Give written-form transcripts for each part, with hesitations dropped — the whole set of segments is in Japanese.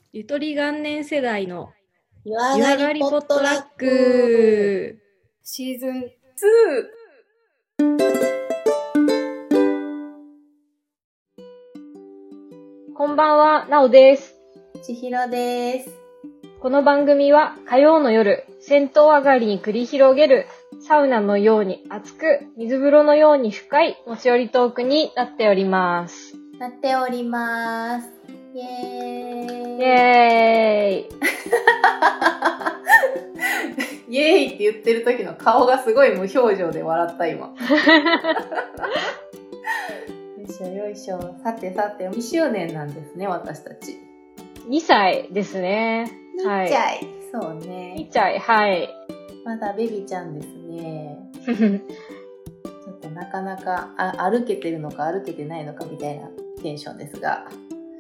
ゆとり元年世代の湯湯上がりポットラックシーズン2。 こんばんは、なおです。 ちひろです。 この番組は火曜の夜、銭湯上がりに繰り広げるサウナのように熱く、水風呂のように深い持ち寄りトークになっております。 なっております。イエーイ。 イエーイイエーイって言ってる時の顔がすごい無表情で笑った今。よいしょよいしょ。さてさて、2周年なんですね、私たち。 2歳ですね。 2歳、はい、そうね。 2歳、はい。 まだベビちゃんですね。ちょっとなかなか歩けてるのか歩けてないのかみたいなテンションですが、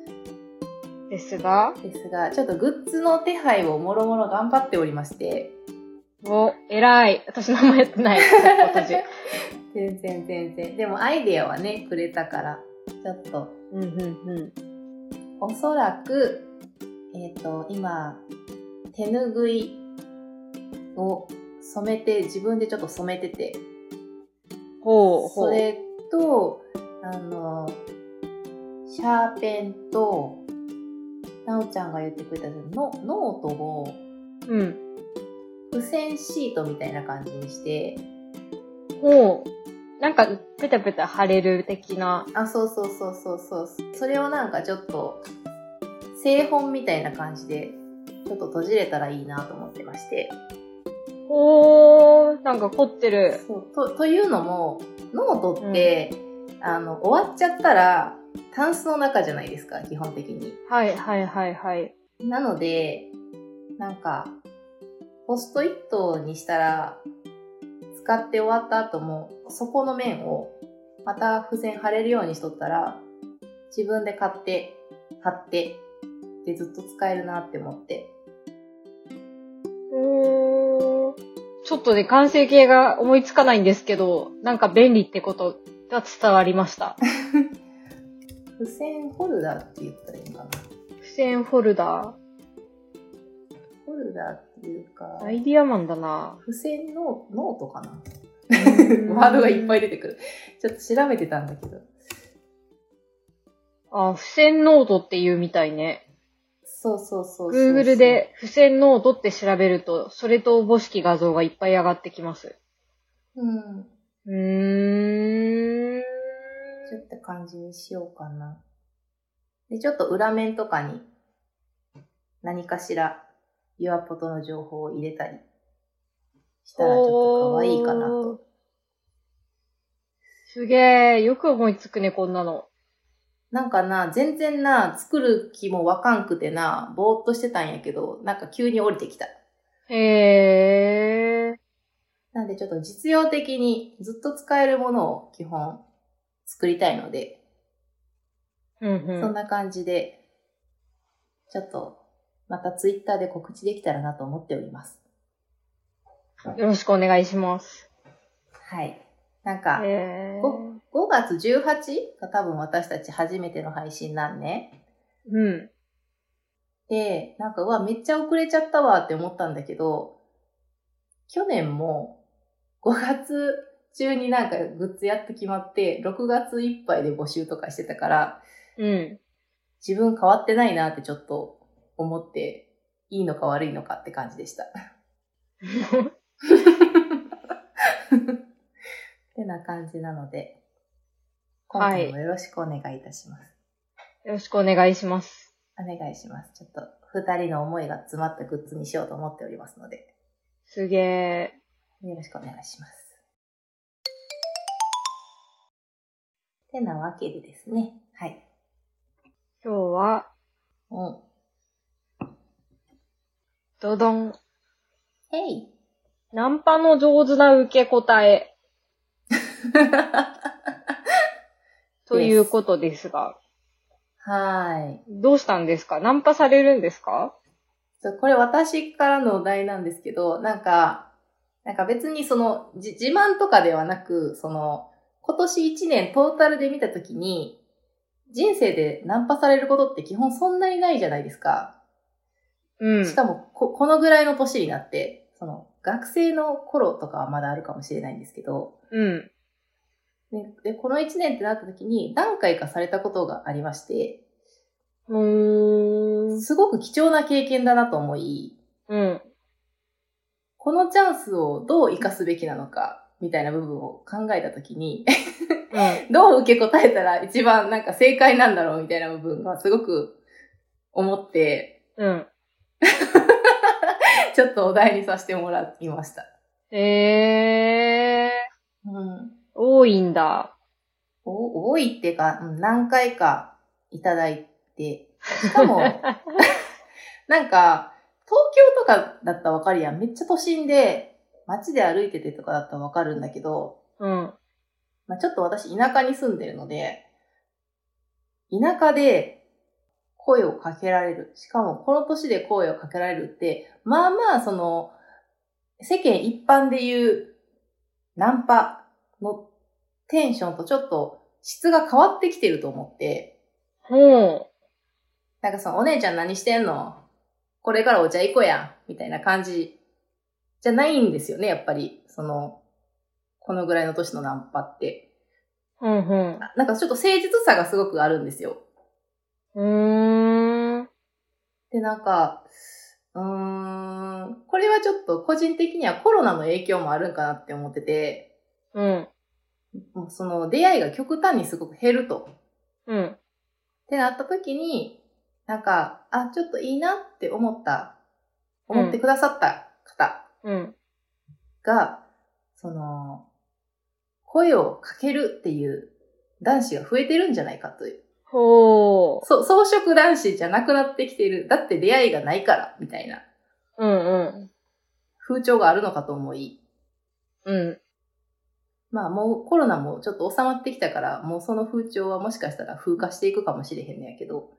ちょっとグッズの手配をもろもろ頑張っておりまして。 お、偉い。私何もやってない。 全然。でもアイデアはね、くれたから、ちょっと。おそらく、今、手ぬぐいを染めて、自分でちょっと染めてて。それと、シャーペンと、なおちゃんが言ってくれたノートを、付箋シートみたいな感じにして、 なんかペタペタ貼れる的な。 そう。それをなんかちょっと製本みたいな感じでちょっと閉じれたらいいなと思ってまして。 なんか凝ってる。 そうというのもノートって、終わっちゃったらタンスの中じゃないですか、基本的に。 はい。 なのでなんかポストイットにしたら、使って終わった後もそこの面をまた付箋貼れるようにしとったら、自分で買って貼ってでずっと使えるなって思って。 ちょっとね、完成形が思いつかないんですけど、なんか便利ってことが伝わりました。 付箋ホルダーって言ったらいいのかな。 付箋ホルダーっていうか。 アイディアマンだな。 付箋ノートかな。ワードがいっぱい出てくる。ちょっと調べてたんだけど。 付箋ノートっていうみたいね。 そう。 Google で付箋ノートって調べると、それとおぼしき画像がいっぱい上がってきます。 ちょっと感じにしようかな。で、ちょっと裏面とかに何かしらユアポトの情報を入れたりしたらちょっと可愛いかなと。 すげー。よく思いつくね、こんなの。 なんかな、全然な、作る気もわかんくてな、ぼーっとしてたんやけど、なんか急に降りてきた。 へー。 なんでちょっと実用的にずっと使えるものを基本作りたいので、そんな感じで、ちょっとまたツイッターで告知できたらなと思っております。 よろしくお願いします。 はい。なんか、5月18が多分私たち初めての配信なんね。で、なんか、めっちゃ遅れちゃったわって思ったんだけど、去年も5月中になんかグッズやっと決まって、6月いっぱいで募集とかしてたから、自分変わってないなってちょっと思って、いいのか悪いのかって感じでした。ってな感じなので、今回もよろしくお願いいたします。 よろしくお願いします。 お願いします。ちょっと2人の思いが詰まったグッズにしようと思っておりますので。 すげー。 よろしくお願いします。てなわけでですね。はい。 今日は、ドドン。ナンパの上手な受け答え。ということですが。 はい。 どうしたんですか？ナンパされるんですか？ これ私からのお題なんですけど、なんか別に自慢とかではなく、今年1年トータルで見たときに、人生でナンパされることって基本そんなにないじゃないですか。 うん。 しかもこのぐらいの年になって、その学生の頃とかはまだあるかもしれないんですけど、 うん。 で、この1年ってなった時に何回かされたことがありまして、すごく貴重な経験だなと思い、 うん。 このチャンスをどう生かすべきなのか、みたいな部分を考えたときに、どう受け答えたら一番なんか正解なんだろうみたいな部分がすごく思って、 うん。 ちょっとお題にさせてもらいました。多いんだ。 多いっていうか、何回かいただいて、しかも、なんか、東京とかだったらわかるやん。めっちゃ都心で、街で歩いててとかだったらわかるんだけど、まあ、ちょっと私田舎に住んでるので、田舎で声をかけられる。しかもこの年で声をかけられるって、まあまあその、世間一般で言うナンパのテンションとちょっと質が変わってきてると思って、なんかそのお姉ちゃん何してんの？これからお茶行こうやんみたいな感じじゃないんですよね、やっぱり。その、このぐらいの年のナンパって。なんかちょっと誠実さがすごくあるんですよ。で、なんか、これはちょっと個人的にはコロナの影響もあるんかなって思ってて、その出会いが極端にすごく減ると。ってなった時に、なんか、ちょっといいなって思ってくださった方が、その、声をかけるっていう男子が増えてるんじゃないかという。装飾男子じゃなくなってきている。だって出会いがないから、みたいな。風潮があるのかと思い。まあもうコロナもちょっと収まってきたから、もうその風潮はもしかしたら風化していくかもしれへんねやけど。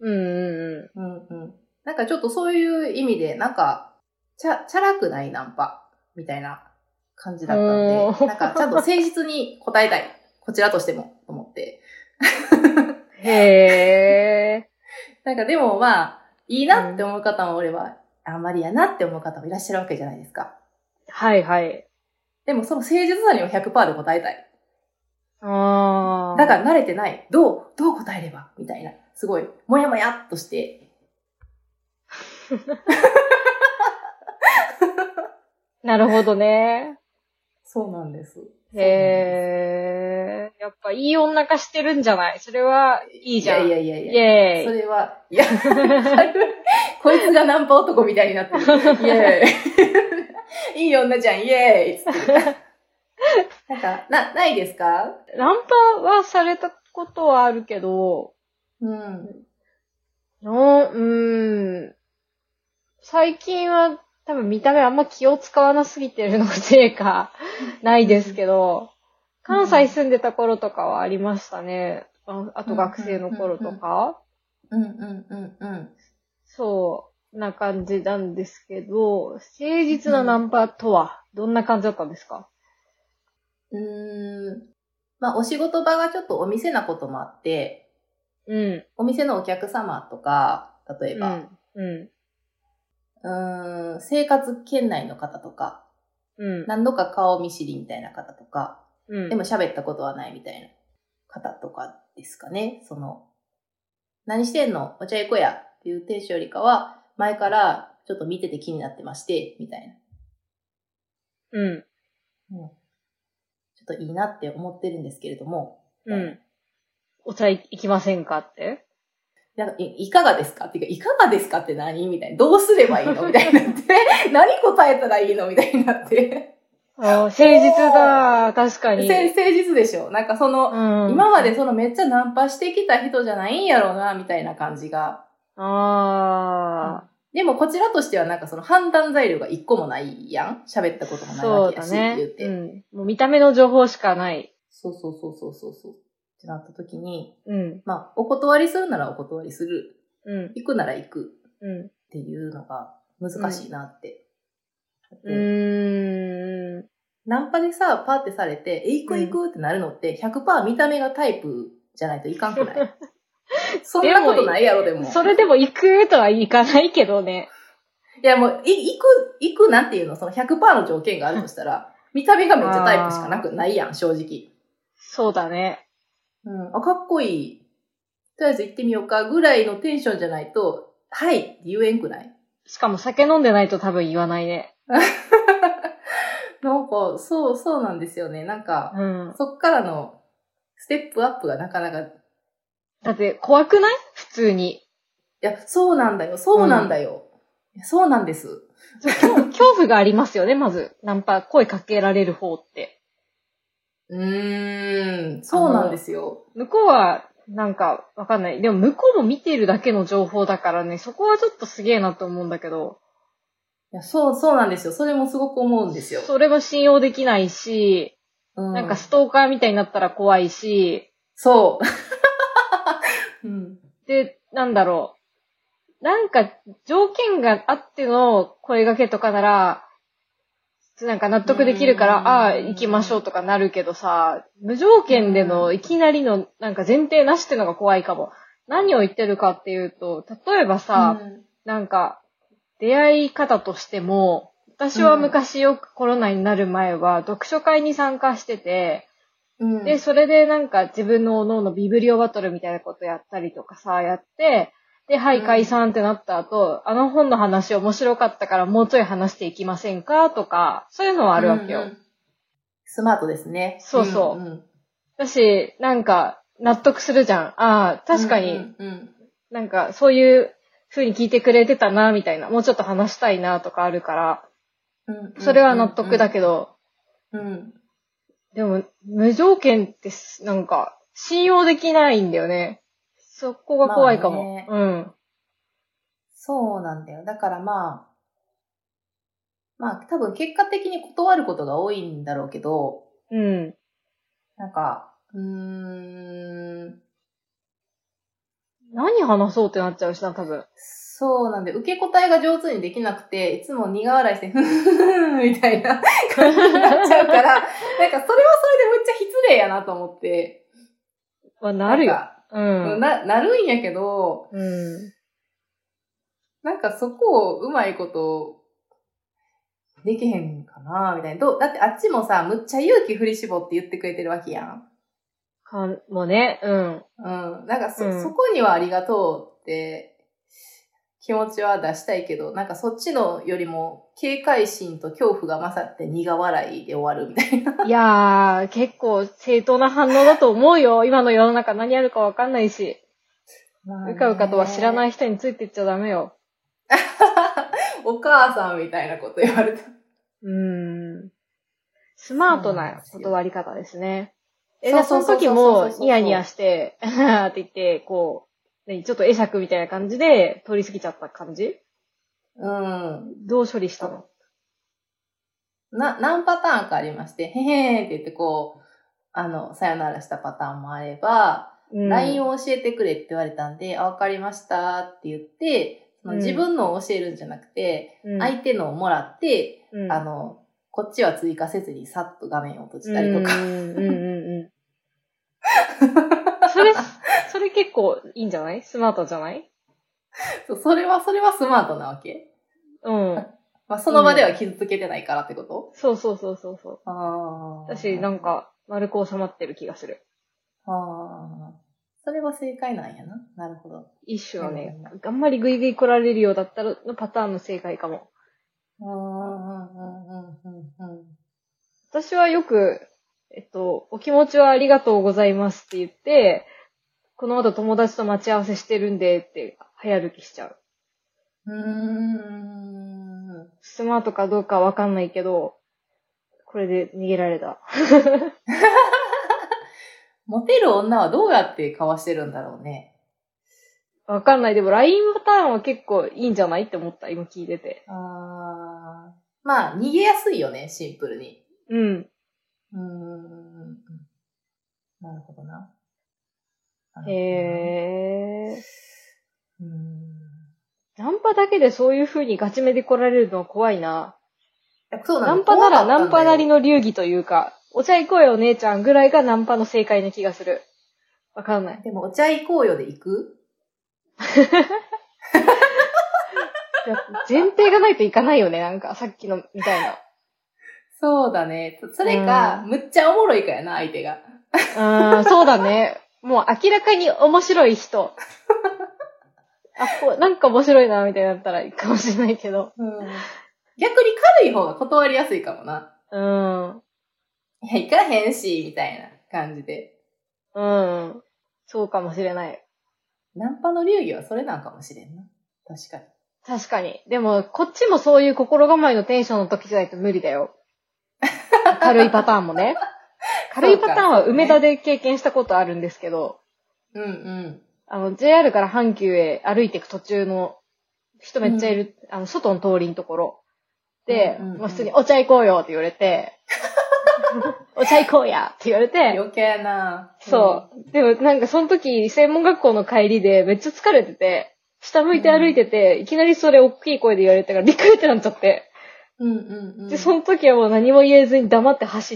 なんかちょっとそういう意味で、なんか、チャラくないナンパ、みたいな感じだったので、なんかちゃんと誠実に答えたい。こちらとしても、と思って。なんかでもまあ、いいなって思う方もおれば、あんまりやなって思う方もいらっしゃるわけじゃないですか。 はいはい。 でもその誠実さには 100% で答えたい。だから慣れてない。どう答えればみたいな。すごい、もやもやっとして。 なるほどね。 そうなんです。 やっぱいい女化してるんじゃない？それはいいじゃん。 いや。イェーイ。それは、こいつがナンパ男みたいになってる。イェーイ。いい女じゃん、イェーイつってる。なんか、ないですか？ ナンパはされたことはあるけど、最近は多分見た目あんま気を使わなすぎてるのせいか、ないですけど、関西住んでた頃とかはありましたね。あと学生の頃とか。そうな感じなんですけど、誠実なナンパとはどんな感じだったんですか？ まあお仕事場がちょっとお店なこともあって、お店のお客様とか、例えば、生活圏内の方とか、何度か顔見知りみたいな方とか、でも喋ったことはないみたいな方とかですかね。その、何してんの？お茶行こうやっていう亭主よりかは、前からちょっと見てて気になってまして、みたいな。ちょっといいなって思ってるんですけれども。 お茶行きませんかって？ いかがですかっていうか、いかがですかって何みたいな。どうすればいいのみたいになって。何答えたらいいのみたいになって。 誠実だ。確かに。 誠実でしょ。なんかその、今までそのめっちゃナンパしてきた人じゃないんやろうな、みたいな感じが。でもこちらとしてはなんかその判断材料が一個もないやん。喋ったこともないわけやし、って言って。 もう見た目の情報しかない。 そう。ってなった時に、まあ、お断りするならお断りする。行くなら行く。っていうのが難しいなって。ナンパでさ、パーってされて、行くってなるのって、100% 見た目がタイプじゃないといかんくない？そんなことないやろ、でも。 それでも行くとは行かないけどね。 いやもう、行くなんていうの、その 100% の条件があるとしたら、見た目がめっちゃタイプしかないやん、正直。 そうだね。 うん。あ、かっこいい。とりあえず行ってみようかぐらいのテンションじゃないと、はいって言えんくない？ しかも酒飲んでないと多分言わないね。 なんか、そうなんですよね。なんか、そっからのステップアップがなかなか。 だって怖くない？普通に。 いや、そうなんだよ。そうなんだよ。そうなんです。 恐怖がありますよね、まず。ナンパ、声かけられる方って。 そうなんですよ。 向こうは、なんか、わかんない。でも向こうも見ているだけの情報だからね、そこはちょっとすげえなと思うんだけど。 いや、そうなんですよ。それもすごく思うんですよ。 それも信用できないし、なんかストーカーみたいになったら怖いし。 そう。 で、なんだろう。なんか、条件があっての声掛けとかなら、なんか納得できるから、ああ、行きましょうとかなるけどさ、無条件でのいきなりのなんか前提なしってのが怖いかも。何を言ってるかっていうと、例えばさ、なんか、出会い方としても、私は昔よくコロナになる前は読書会に参加してて、で、それでなんか自分の各々ビブリオバトルみたいなことやったりとかさ、やって、で、はい、解散ってなった後、あの本の話面白かったからもうちょい話していきませんかとか、そういうのはあるわけよ。 スマートですね。 そうそう。だし、なんか、納得するじゃん。ああ、確かに、なんか、そういう風に聞いてくれてたな、みたいな。もうちょっと話したいな、とかあるから、それは納得だけど、でも、無条件って、なんか、信用できないんだよね。そこが怖いかも。 そうなんだよ。だからまあ多分結果的に断ることが多いんだろうけど、なんか、 何話そうってなっちゃうしな、多分。 そうなんで、受け答えが上手にできなくて、いつも苦笑いして、ふんふんふんみたいな感じになっちゃうから、なんかそれはそれでめっちゃ失礼やなと思って。 まあ、なるよ。 なるんやけど、なんかそこをうまいことできへんかなみたいな。だってあっちもさ、むっちゃ勇気振り絞って言ってくれてるわけやん。 もうね、 なんかそこにはありがとうって気持ちは出したいけど、なんかそっちのよりも警戒心と恐怖が勝って苦笑いで終わるみたいな。 いやー、結構正当な反応だと思うよ。今の世の中何あるかわかんないし。うかうかとは知らない人についていっちゃダメよ。 お母さんみたいなこと言われた。 スマートな断り方ですね。じゃあその時もニヤニヤして、って言って、こう、ちょっと会釈みたいな感じで通り過ぎちゃった感じ？どう処理したの？ 何パターンかありまして、へへーって言ってこう、さよならしたパターンもあれば、LINE を教えてくれって言われたんで、わかりましたって言って、自分のを教えるんじゃなくて、相手のをもらって、こっちは追加せずにさっと画面を閉じたりとか。 それ結構いいんじゃない？スマートじゃない？ それはスマートなわけ？まあ、その場では傷つけてないからってこと？ そう。私、なんか、丸く収まってる気がする。 それは正解なんやな。なるほど。 一種はね、あんまりグイグイ来られるようだったらのパターンの正解かも。私はよく、お気持ちはありがとうございますって言って、この後友達と待ち合わせしてるんでって早歩きしちゃう。スマートかどうかわかんないけど、これで逃げられた。 モテる女はどうやってかわしてるんだろうね。 わかんない。でも LINE パターンは結構いいんじゃないって思った。今聞いてて。 まあ、逃げやすいよね、シンプルに。なるほどな。 へー。ナンパだけでそういう風にガチめで来られるのは怖いな。ナンパならナンパなりの流儀というか、お茶行こうよお姉ちゃんぐらいがナンパの正解な気がする。わかんない。 でもお茶行こうよで行く？ 前提がないといかないよね、なんか、さっきのみたいな。 そうだね。それか、むっちゃおもろいかやな、相手が。 そうだね。もう明らかに面白い人。なんか面白いな、みたいになったらいいかもしれないけど。 逆に軽い方が断りやすいかもな。いや、行かへんし、みたいな感じで。 そうかもしれない。 ナンパの流儀はそれなんかもしれんな。確かに。 確かに。でも、こっちもそういう心構えのテンションの時じゃないと無理だよ。軽いパターンもね。軽いパターンは梅田で経験したことあるんですけど。JR から阪急へ歩いていく途中の人めっちゃいる、外の通りのところ。で、もう普通にお茶行こうよって言われて、お茶行こうやって言われて。 余計やな。 そう。でもなんかその時、専門学校の帰りでめっちゃ疲れてて、下向いて歩いてて、いきなりそれ大きい声で言われたからびっくりってなっちゃって。で、その時はもう何も言えずに黙って走った。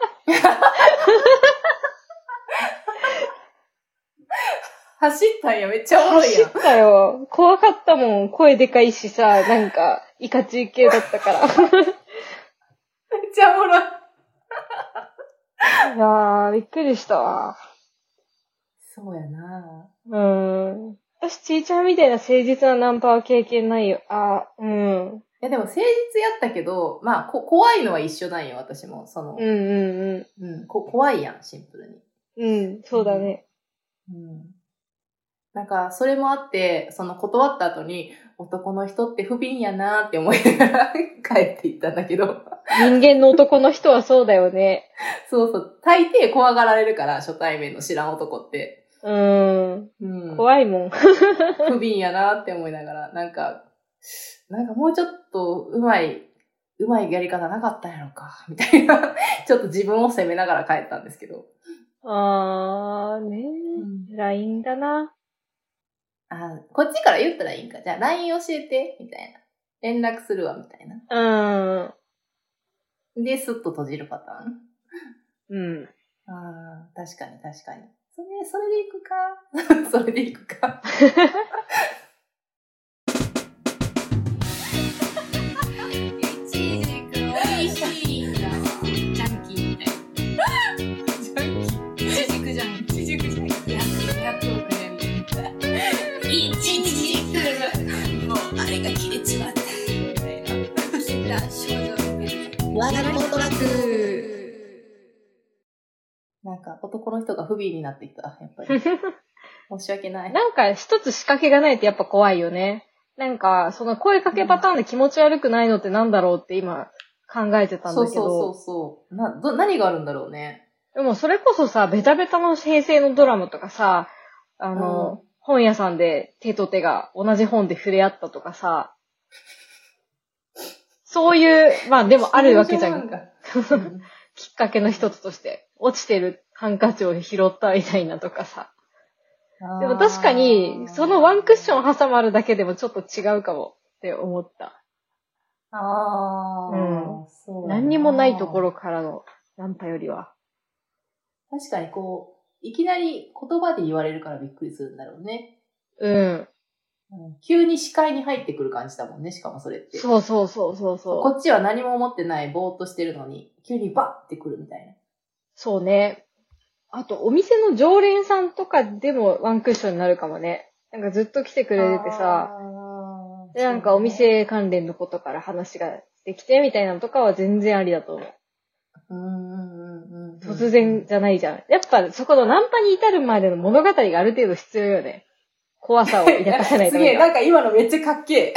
走ったんや、めっちゃおもろいやん。 走ったよ。怖かったもん。声でかいしさ、なんか、イカチ系だったから。めっちゃおもろい。 いやー、びっくりしたわ。 そうやな。 私、ちーちゃんみたいな誠実なナンパは経験ないよ。いや、でも誠実やったけど、まあ、怖いのは一緒なんよ、私も。怖いやん、シンプルに。そうだね。 なんか、それもあって、断った後に、男の人って不憫やなーって思いながら帰っていったんだけど。 人間の男の人はそうだよね。 そうそう。大抵怖がられるから、初対面の知らん男って。 怖いもん。 不憫やなーって思いながら、なんかもうちょっとうまいやり方なかったんやろか、みたいな。ちょっと自分を責めながら帰ったんですけど。 LINE だな。 こっちから言ったらいいんか。じゃあ LINE 教えて、みたいな。連絡するわ、みたいな。で、スッと閉じるパターン。確かに。それでいくか。それでいくか。なんか男の人が不憫になっていった、やっぱり。申し訳ない。 なんか一つ仕掛けがないとやっぱ怖いよね。なんか、その声かけパターンで気持ち悪くないのってなんだろうって今考えてたんだけど。 そう。何があるんだろうね。 でもそれこそさ、ベタベタの平成のドラマとかさ、本屋さんで手と手が同じ本で触れ合ったとかさ、そういう、まあでもあるわけじゃん。きっかけの一つとして、落ちてるハンカチを拾ったみたいなとかさ。でも確かに、そのワンクッション挟まるだけでもちょっと違うかもって思った。 そう。 何にもないところからのナンパよりは。 確かにいきなり言葉で言われるからびっくりするんだろうね。急に視界に入ってくる感じだもんね、しかもそれって。 そう。 こっちは何も思ってない、ぼーっとしてるのに、急にバッってくるみたいな。 そうね。あと、お店の常連さんとかでもワンクッションになるかもね。なんかずっと来てくれててさ、で、なんかお店関連のことから話ができてみたいなのとかは全然ありだと思う。突然じゃないじゃん。やっぱそこのナンパに至るまでの物語がある程度必要よね。怖さを抱かせないと。 すげえ、なんか今のめっちゃかっけえ。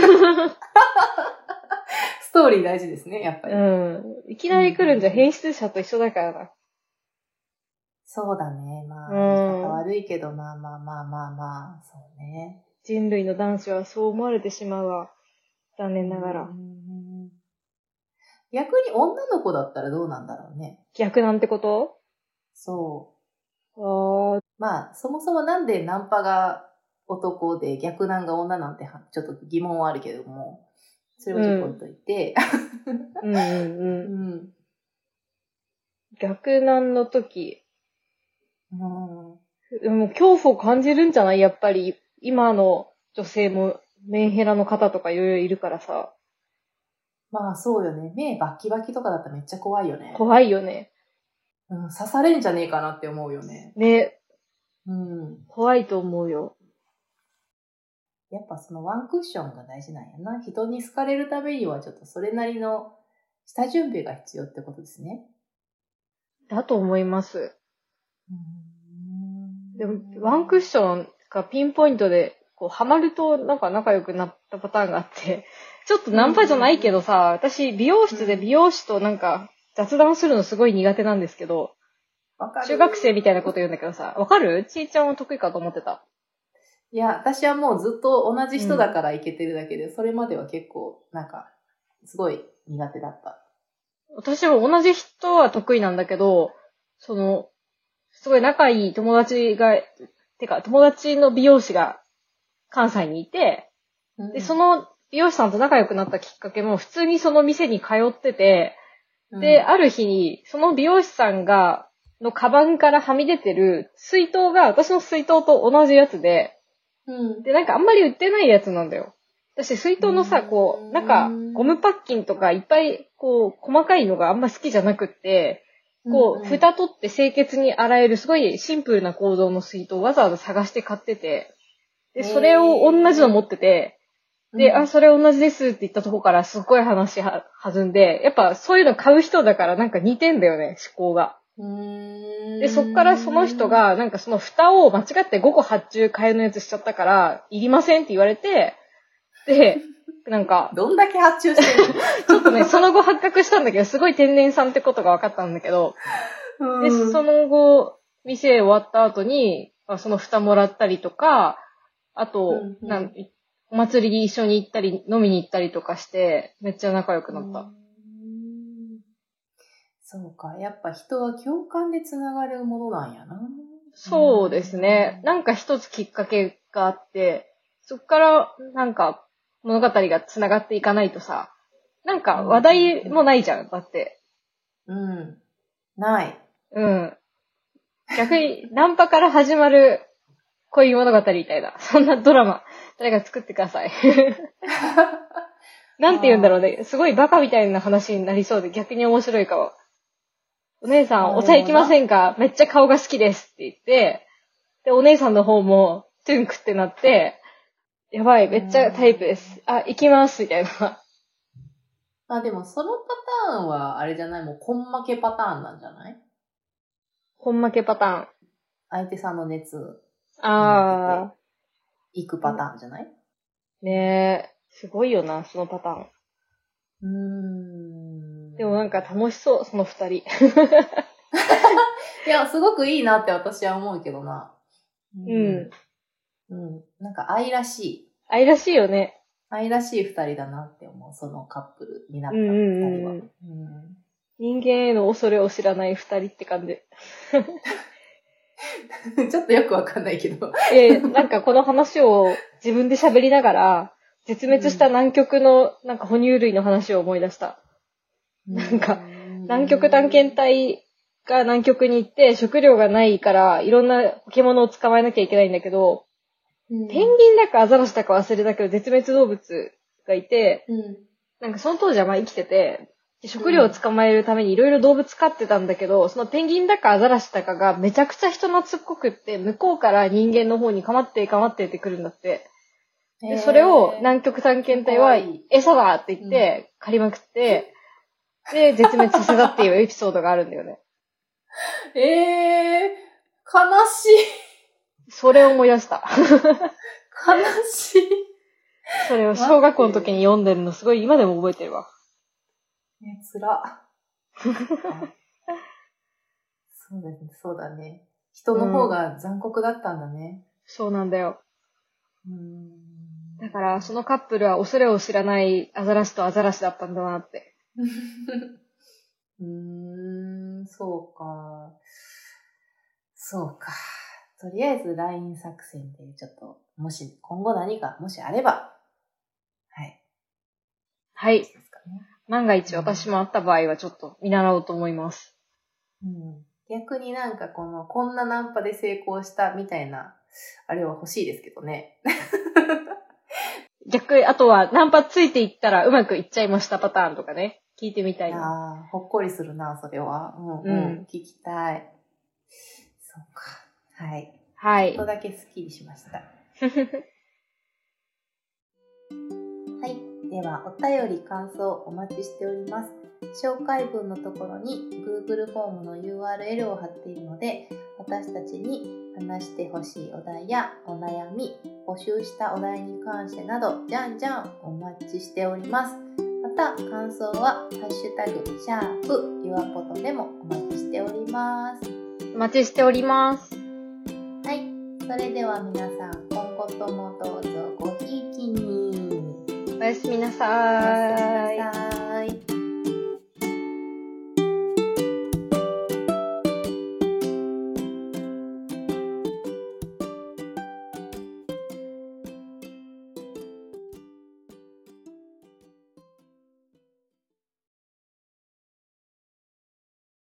ストーリー大事ですね、やっぱり。 いきなり来るんじゃ変質者と一緒だからな。 そうだね。まあ、言い方悪いけど、まあ、そうね。 人類の男子はそう思われてしまうわ。残念ながら。 逆に女の子だったらどうなんだろうね。 逆なんてこと？ そう。まあ、そもそもなんでナンパが男で逆ナンが女なんてちょっと疑問はあるけども、それはちょっと置いといて。 逆ナンの時。でも恐怖を感じるんじゃない？やっぱり今の女性もメンヘラの方とかいろいろいるからさ。 まあそうよね。目バッキバキとかだったらめっちゃ怖いよね。 怖いよね。 うん、刺されんじゃねえかなって思うよね。 ね。 うん。 怖いと思うよ。 やっぱそのワンクッションが大事なんやな。人に好かれるためにはちょっとそれなりの下準備が必要ってことですね。 だと思います。でも、ワンクッションがピンポイントで、こう、ハマるとなんか仲良くなったパターンがあって、ちょっとナンパじゃないけどさ、私、美容室で美容師となんか雑談するのすごい苦手なんですけど、中学生みたいなこと言うんだけどさ、わかる？ちーちゃんは得意かと思ってた。 いや、私はもうずっと同じ人だからいけてるだけで、それまでは結構、なんか、すごい苦手だった。 私も同じ人は得意なんだけど、その、すごい仲いい友達が、てか友達の美容師が関西にいて、で、その美容師さんと仲良くなったきっかけも普通にその店に通ってて、で、ある日に、その美容師さんのカバンからはみ出てる水筒が私の水筒と同じやつで、で、なんかあんまり売ってないやつなんだよ。私、水筒のさ、こう、なんか、ゴムパッキンとかいっぱい、こう、細かいのがあんま好きじゃなくって、こう、蓋取って清潔に洗える、すごいシンプルな構造の水筒をわざわざ探して買ってて、で、それを同じの持ってて、で、あ、それ同じですって言ったとこからすっごい話弾んで、やっぱそういうの買う人だからなんか似てんだよね、思考が。で、そっからその人が、なんかその蓋を間違って5個発注替えのやつしちゃったから、いりませんって言われて、で、なんか、 どんだけ発注してるのちょっとね、その後発覚したんだけど、すごい天然さんってことが分かったんだけど、で、その後、店終わった後に、その蓋もらったりとか、あと、お祭りに一緒に行ったり、飲みに行ったりとかして、めっちゃ仲良くなった。 そうか。やっぱ人は共感でつながるものなんやな。 そうですね。なんか一つきっかけがあって、そっからなんか物語がつながっていかないとさ、なんか話題もないじゃん、だって。 ない。 逆にナンパから始まる恋物語みたいな、そんなドラマ、誰か作ってください。なんて言うんだろうね。すごいバカみたいな話になりそうで逆に面白いかも。お姉さん、お茶行きませんか？めっちゃ顔が好きですって言って、で、お姉さんの方も、トゥンクってなって、やばい、めっちゃタイプです。あ、行きます、みたいな。 でもそのパターンは、あれじゃない？もう、根負けパターンなんじゃない？ 根負けパターン。 相手さんの熱に負けて、行くパターンじゃない？ ねえ、すごいよな、そのパターン。でもなんか楽しそう、その二人。 いや、すごくいいなって私は思うけどな。なんか愛らしい。 愛らしいよね。 愛らしい二人だなって思う、そのカップルになった二人は。 人間への恐れを知らない二人って感じ。 ちょっとよくわかんないけど。 なんかこの話を自分で喋りながら、絶滅した南極のなんか哺乳類の話を思い出した。なんか、南極探検隊が南極に行って食料がないからいろんなポケモノを捕まえなきゃいけないんだけど、ペンギンだかアザラシだか忘れたけど絶滅動物がいて、なんかその当時はまあ生きてて、食料を捕まえるためにいろいろ動物飼ってたんだけど、そのペンギンだかアザラシだかがめちゃくちゃ人懐っこくって、向こうから人間の方にかまってってくるんだって。で、それを南極探検隊は餌だって言って狩りまくって、で、絶滅させたっていうエピソードがあるんだよね。 悲しい。 それを思い出した。 悲しい。 それを小学校の時に読んでるのすごい今でも覚えてるわ。 つら。そうだね。人の方が残酷だったんだね。 そうなんだよ。だから、そのカップルは恐れを知らないアザラシとアザラシだったんだなって。 そうか。そうか。とりあえず LINE 作戦でちょっと、もし、今後何か、もしあれば、はい。 はい。万が一私もあった場合はちょっと見習おうと思います。 逆になんかこんなナンパで成功したみたいな、あれは欲しいですけどね。 逆、あとはナンパついていったらうまくいっちゃいましたパターンとかね、聞いてみたいな。 ああ、ほっこりするな、それは。聞きたい。そうか。はい。 はい。 ちょっとだけスッキリしました。はい。では、お便り感想お待ちしております。紹介文のところに Google フォームの URL を貼っているので、私たちに話してほしいお題やお悩み、募集したお題に関してなど、じゃんじゃんお待ちしております。また、感想は、ハッシュタグ、#YourPoto でもお待ちしております。 お待ちしております。 はい。それでは皆さん、今後ともどうぞごひいきに。 おやすみなさーい。